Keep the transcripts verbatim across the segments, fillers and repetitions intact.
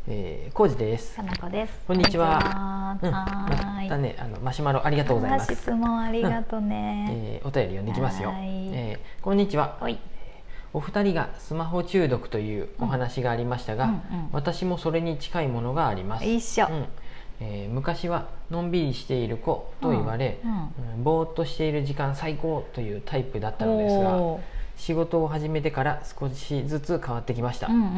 えー、コウジです。 かなこです。 こんにちは。 こんにちは。 うん、 はーい。 またね、あのマシュマロありがとうございます。 質問ありがとうね。 うんえー、お便り読んでいきますよ。 はいえー、こんにちは。 はい。 お二人がスマホ中毒というお話がありましたが、 うんうんうん、 私もそれに近いものがあります。 一緒。 うんえー、昔はのんびりしている子と言われ、 うんうんうん、ぼーっとしている時間最高というタイプだったのですが、仕事を始めてから少しずつ変わってきました。 うんうんうんうん、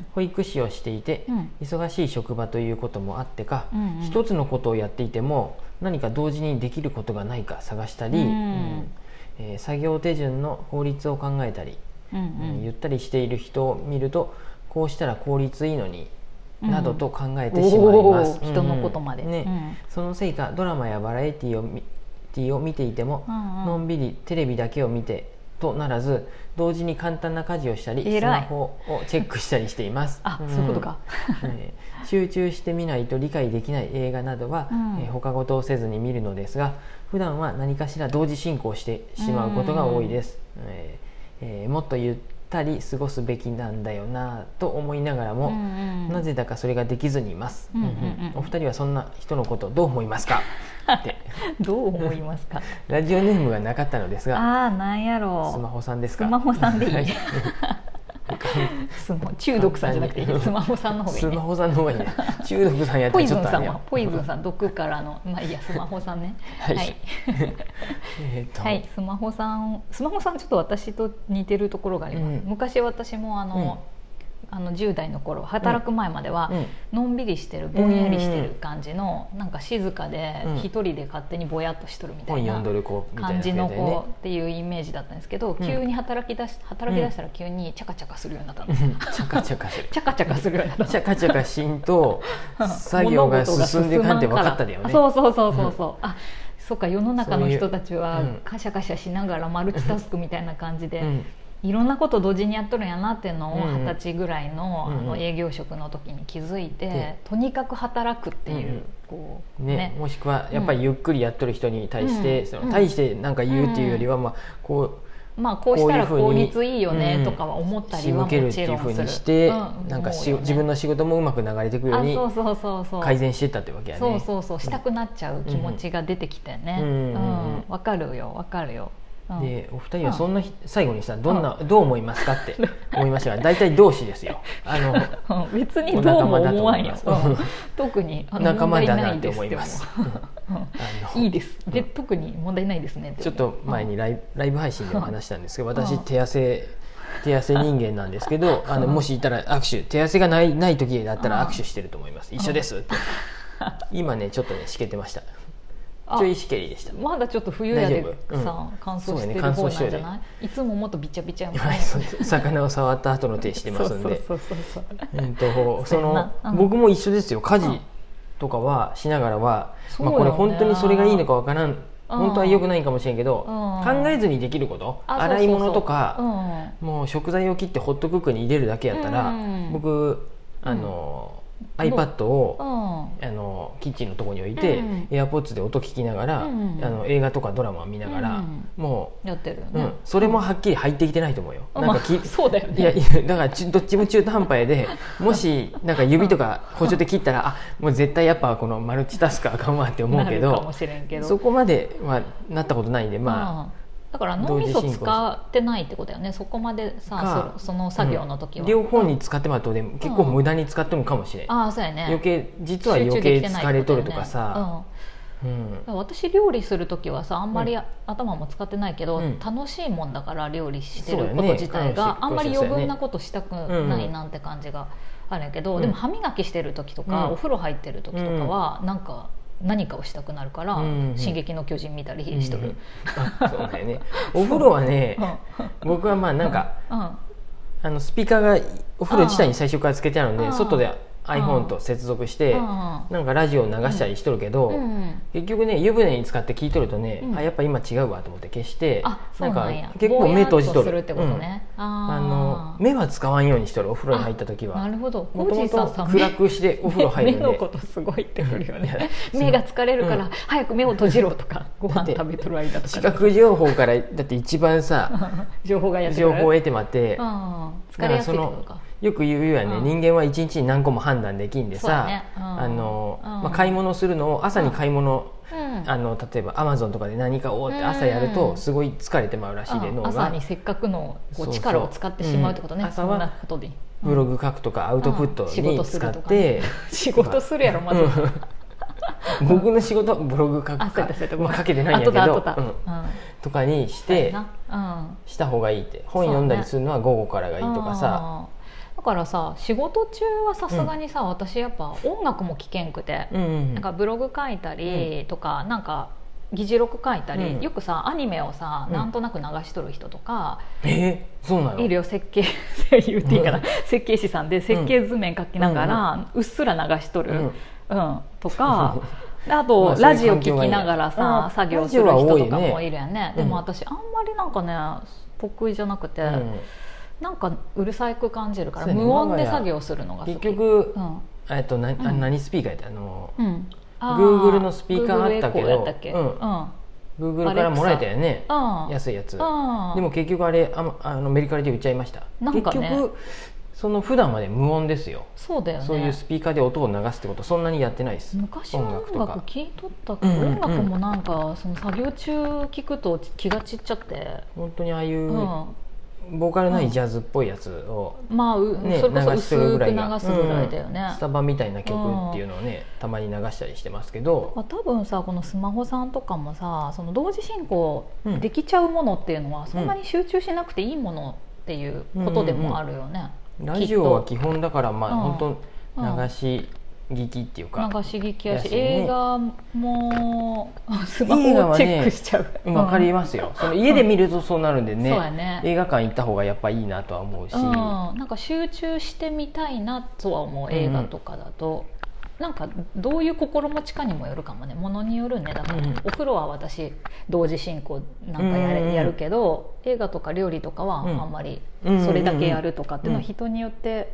保育士をしていて、うん、忙しい職場ということもあってか、うんうん、一つのことをやっていても何か同時にできることがないか探したり、うんうんえー、作業手順の法律を考えたり、うんうんうん、ゆったりしている人を見るとこうしたら効率いいのになどと考えてしまいます、 うん、人のことまで、 ねうん、そのせいかドラマやバラエティを見、ティを見ていても、うんうん、のんびりテレビだけを見てとならず同時に簡単な家事をしたりスマホをチェックしたりしていますあ、うん、そういうことか、 えー、集中して見ないと理解できない映画などは、うんえー、他事をせずに見るのですが普段は何かしら同時進行してしまうことが多いです、うんえーえー、もっとゆったり過ごすべきなんだよなと思いながらも、うんうん、なぜだかそれができずにいます、うんうんうん、お二人はそんな人のことどう思いますかってどう思いますかラジオネームがなかったのですがあーなんやろうスマホさんですかスマホさんでいいスマ中毒さんじゃなくていいスマホさんの方がいい、ね、 スマホさんの方がいいね中毒さんやったらちょっとあれやポイズンさん毒からのまあいいやスマホさんねはい、はいえー、はい、スマホさんスマホさんちょっと私と似てるところがあります、うん、昔私もあの、うんあのじゅう代の頃働く前までは、うん、のんびりしてるぼんやりしてる感じの、うん、なんか静かで一人で勝手にぼやっとしとるみたいな感じの子っていうイメージだったんですけど、うん、急に働き出し働き出したら急にチャカチャカするようになったの、うん、 チャカチャカするチャカチャカするようになったチャカチャカしんと作業が進んでかんって分かっただよねそうそうそうそうそう、うん、あそうか世の中の人たちはカシャカシャしながらマルチタスクみたいな感じで、うんいろんなこと同時にやっとるんやなっていうのを二十歳ぐらい の,、うんうん、あの営業職の時に気づいて、うん、とにかく働くっていう、うんこうねね、もしくはやっぱりゆっくりやっとる人に対して、うん、その対して何か言うっていうよりは、まあこうまあ、こうしたら効率いいよねとかは思ったりはもちろんする、 仕向けるっていうふうにして、うん、なんかし、ね、自分の仕事もうまく流れていくように改善していったってわけやねそうそうそうしたくなっちゃう気持ちが出てきてね、うんうんうんうん、分かるよ分かるよでお二人はそんな、うん、最後にさどんな、うん、どう思いますかって思いましたが大体同志ですよあの別にどうも思わんよ特にあの仲間だなって思いますいいです、うん、特に問題ないですねちょっと前にライブ、ライブ配信でも話したんですけど私手汗手汗人間なんですけどあのもしいたら握手手汗がないない時だったら握手してると思います一緒ですって今ねちょっとねしけてましたちょいしけりでしたまだちょっと冬やでさ、うん、乾燥してる方なんじゃない、ね、いつももっとびちゃびちゃやもんね魚を触った後の手してますんで僕も一緒ですよ家事とかはしながらは、まあ、これ本当にそれがいいのかわからん本当は良くないかもしれんけど考えずにできること洗い物とかもう食材を切ってホットクックに入れるだけやったら僕あのiPad を、うん、あのキッチンのところに置いて、うん、AirPods で音聞きながら、うん、あの映画とかドラマを見ながら、うん、もうやってるよね、 うん、それもはっきり入ってきてないと思うよ、うん、なんかき、 まあ、そうだよねいやいやだからどっちも中途半端やでもしなんか指とか包丁で切ったら、うん、あもう絶対やっぱこのマルチタスクあかんわって思うけ ど, なるかもしれんけどそこまではなったことないんでまあだから脳みそ使ってないってことだよねそこまでさ そ, その作業の時は、 うん、両方に使ってもらうとでも結構無駄に使ってもかもしれん、 うん、あそうやね余計実は余計疲れとるとかさ、 うん、私料理する時はさあんまり頭も使ってないけど、うん、楽しいもんだから料理してること自体が、ね、あんまり余分なことしたくないなんて感じがあるんやけど、うん、でも歯磨きしてる時とか、うん、お風呂入ってる時とかは、うん、なんか何かをしたくなるから「うんうん、進撃の巨人」見たりしとる、 うんうん、そうだよねお風呂はね僕はまあなんか、うんうん、あのスピーカーがお風呂自体に最初からつけてあるので外でiPhone と接続してなんかラジオを流したりしとるけど、うんうん、結局ね湯船に使って聞いとるとね、うん、あやっぱ今違うわと思って消してなんか結構目閉じとる、 ってことね、 うん、あの目は使わんようにしとるお風呂に入った時はなるほどもともと暗くしてお風呂入るんで目のことすごいってくるよね目が疲れるから早く目を閉じろとかご飯食べとる間とか視覚情報からだって一番さ情報がやって情報を得てまって疲れやすいってことかよく言うよね、うん、人間はいちにちに何個も判断できんでさ、 ねうんあのまあ、買い物するのを朝に買い物、うん、あの例えばアマゾンとかで何かをって朝やるとすごい疲れてまうらしいで、 うん、 脳が朝にせっかくのこう力を使ってしまうってことね。 そうそう、うん、朝はことでブログ書くとかアウトプットに使って、 仕事するやろまず僕の仕事ブログ書くか、まあ、書けてないんやけど、うん、とかにしてした方がいいって、本読んだりするのは午後からがいいとかさ。 だからさ仕事中はさすがにさ、うん、私やっぱ音楽も聴けんくて、うんうん、なんかブログ書いたりとか、うん、なんか議事録書いたり、うん、よくさアニメをさ、うん、なんとなく流しとる人とか、 えー、そうなの？ いるよ、設計言っていいかな、うん、設計士さんで設計図面書きながら、うん、うっすら流しとる、うんうん、とかあと、まあ、ラジオ聞きながらさ作業する人とかもいるやんね。でも私あんまりなんかね得意じゃなくて、うん、なんかうるさく感じるから、ね、無音で作業するのが好き。 結局、うん、えっとな、うん、何スピーカーやったあの、うん、Google のスピーカーあったけど、うん、Google からもらえたよね、安いやつ。でも結局あれああのメルカリで売っちゃいました。なんか、ね、結局その普段はね無音ですよ。 そうだよね。 そういうスピーカーで音を流すってことそんなにやってないです。 昔は音楽聴いとったけど、うんうんうん、音楽もなんかその作業中聞くと気が散っちゃって、 本当にああいう、うんボーカルないジャズっぽいやつを、 うん、まあ、ね、それこそ薄く流すぐらいだよね、 うん、スタバみたいな曲っていうのをね、うん、たまに流したりしてますけど、 まあ、多分さこのスマホさんとかもさその同時進行できちゃうものっていうのは、うん、そんなに集中しなくていいものっていうことでもあるよね、 うんうんうん、ラジオは基本だからまあ、うん、本当流し聞きっていうか流し聞きやし、ね、映画もスマホをチェックしちゃう。 映画はね、わかりますよ。その家で見るとそうなるんでね、うんね、映画館行った方がやっぱいいなとは思うし、うん、 なんか集中してみたいなとは思う、映画とかだと、うん、なんかどういう心持ちかにもよるかもね。ものによるね。だから、うん、お風呂は私同時進行なんかや る,、うんうん、やるけど映画とか料理とかはあんまりそれだけやるとかっていうのは人によって、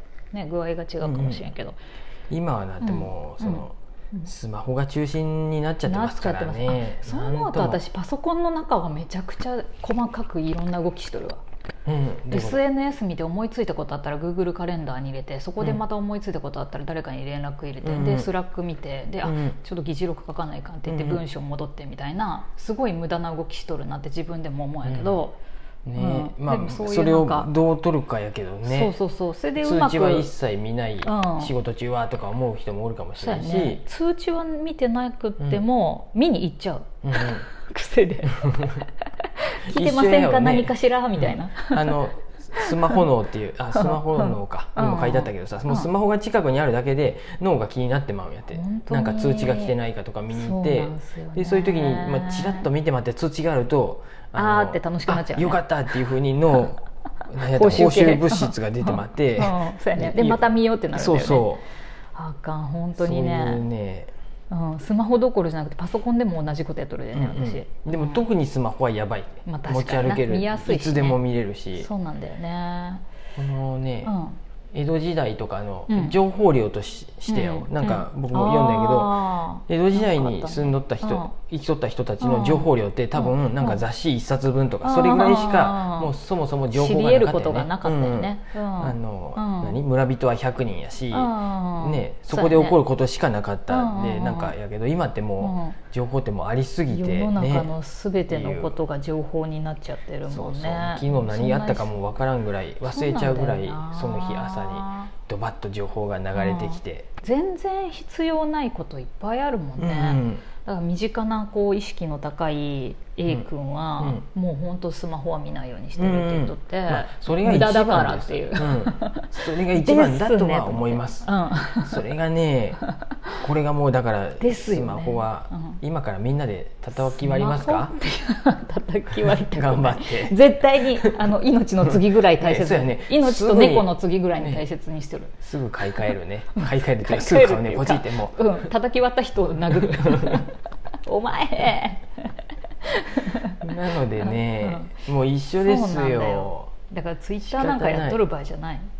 ね、具合が違うかもしれんけど、うんうん今はだってもう、うん、その、うん、スマホが中心になっちゃってますからね。 そう思うと私パソコンの中はめちゃくちゃ細かくいろんな動きしとるわ、うん、エスエヌエス 見て思いついたことあったら Google カレンダーに入れて、そこでまた思いついたことあったら誰かに連絡入れて、うん、でスラック見てで、うん、あちょっと議事録書かないかんって言って文章戻ってみたいな、すごい無駄な動きしとるなって自分でも思うんやけど、うんねうん、まあそ, それをどう取るかやけどね。 そうそうそう。それでうまく通知は一切見ない、うん、仕事中はとか思う人もおるかもしれないし、ね、 通知は見てなくっても、うん、見に行っちゃう、うん、癖で聞いてませんか、ね、何かしらみたいな、 うん、あのスマホ脳っていうあスマホ脳か、うん、にも書いてあったけどさ、そのスマホが近くにあるだけで脳が気になってまうんやって、なんか通知が来てないかとか見に行って、そう、ね、でそういう時に、まあ、チラッと見て待って通知があるとあーって楽しくなっちゃう、ね、 よかったっていうふうに脳報酬物質が出てまって、うんうん、 そうやね、でまた見ようってなるんだよね。 そうそうあかん本当にね、 そういうね、 うん、スマホどころじゃなくてパソコンでも同じことやっとるでね、うんうん、私でも特にスマホはやばい、まあ、持ち歩ける、見やすいし、ね、いつでも見れるし。 そうなんだよね。 このね、うん江戸時代とかの情報量と し,、うん、してよ、なんか僕も読んだけど、江戸時代に住んどった人、うん、生きとった人たちの情報量って多分なんか雑誌一冊分とかそれぐらいしかもうそもそも情報がなかったよね。知り得ることがなかったよね、うん、あの、うん、何村人はひゃくにんやし、うんね、そこで起こることしかなかったんで、ね、なんかやけど今ってもう情報ってもうありすぎて、ね、 世の中の全てのことが情報になっちゃってるもんね。そうそう昨日何やったかも分からんぐらい忘れちゃうぐらい そ, その日朝にドバッと情報が流れてきて、 うん、全然必要ないこといっぱいあるもんね、うん、だから身近なこう意識の高い A 君は、うん、もう本当スマホは見ないようにしてるって言っとって、うんまあ、それが無駄だからっていう、うん、 それが一番だとは思います、ねうん、それがねこれがもうだからスマホは、ねうん、今からみんなで叩き割りますか。 叩き割りたくない頑張って絶対にあの命の次ぐらい大切、ねね、命と猫の次ぐらいに大切にしてる、 ね、すぐ買い替えるね買い替えるってすぐ買うねポチってもう、 うん、叩き割った人を殴るお前なのでね、うん、もう一緒ですよ。 だからツイッターなんかやっとる場合じゃない。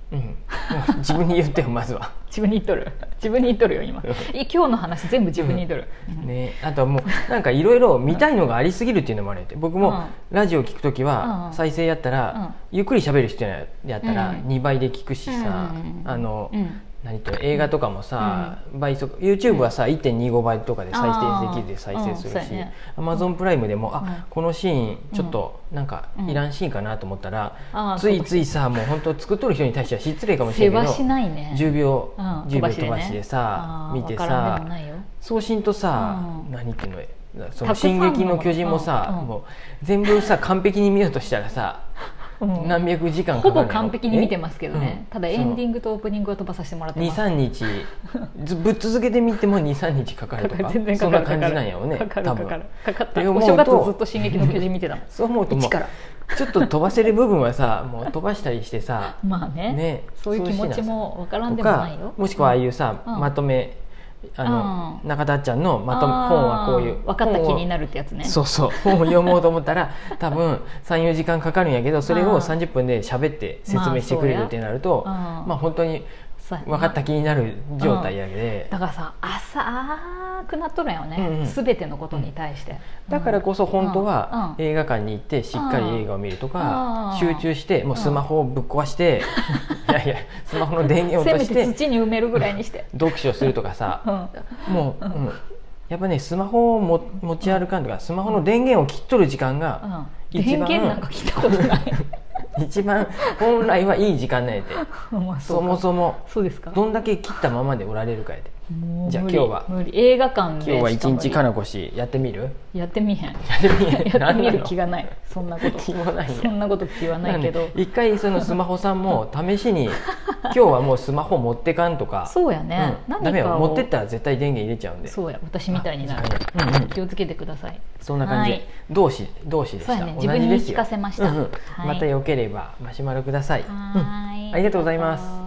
うん、自分に言ってよまずは自分に言っとる自分に言っとるよ今今日の話全部自分に言っとる、 うんね、あとはもうなんかいろいろ見たいのがありすぎるっていうのもあるよ。僕もラジオ聞くときは再生やったら、うん、ゆっくり喋る人やったらにばいで聞くしさ、うん、あの、うん何と映画とかもさ、うん、倍速 YouTube はさ、うん、いってんにじゅうご 倍とかで再生できるで再生するし、うん、Amazon プライムでも、うん、あこのシーンちょっとなんかいらんシーンかなと思ったら、うん、ついついさもう本当作っとる人に対しては失礼かもしれないけど世話しないね、 じゅうびょう、うん、じゅうびょう飛ばしでさ、ね、見てさ送信とさ、うん、何っていうのその進撃の巨人もさ、うん、もう全部さ完璧に見ようとしたらさうん、何百時間かかるほぼ完璧に見てますけどね、うん、ただエンディングとオープニングは飛ばさせてもらってます。 にさんにちぶっ続けて見ても にさんにちかかるとか全然かかるそんな感じなんやろうね。 かかるかかるかかったお正月ずっと進撃の巨人見てたもんそう思うともうちょっと飛ばせる部分はさもう飛ばしたりしてさまあ ね, ねそういう気持ちもわからんでもないよ。 もしくはああいうさ、うん、まとめあの、うん、中田ちゃんのまとめ本はこういう分かった気になるってやつね。 そうそう本を読もうと思ったら多分 さん,よ 時間かかるんやけどそれをさんじゅっぷんで喋って説明してくれるってなると、まあ、まあ本当に分かった気になる状態やけで、 うん、だからさ浅くなっとるんよね、うんうん、全てのことに対して、うん、 だからこそ本当は映画館に行ってしっかり映画を見るとか、うん、集中してもうスマホをぶっ壊して、うん、いやいやスマホの電源を落としてせめて土に埋めるぐらいにして読書するとかさ、うん、もう、うん、やっぱねスマホをも持ち歩かんとかスマホの電源を切っとる時間が一番、 電源なんか切ったことない一番本来はいい時間なんやてまあ そ, そもそもそうですか。 どんだけ切ったままでおられるかやで。じゃあ今日は無理映画館で今日は一日かなこしやってみるやってみへんやってみへんやってみる気がないそんなこと気もないそんなこと気はないけど一回そのスマホさんも試しに今日はもうスマホ持ってかんとかそうやね、 うん、ダメよ持ってったら絶対電源入れちゃうんでそうや私みたいになる、うんうん、気をつけてください。 そんな感じで同志同志でした、ね、 自分に言い聞かせました、 うんうん、またよければマシュマロください。はい、うん、ありがとうございます。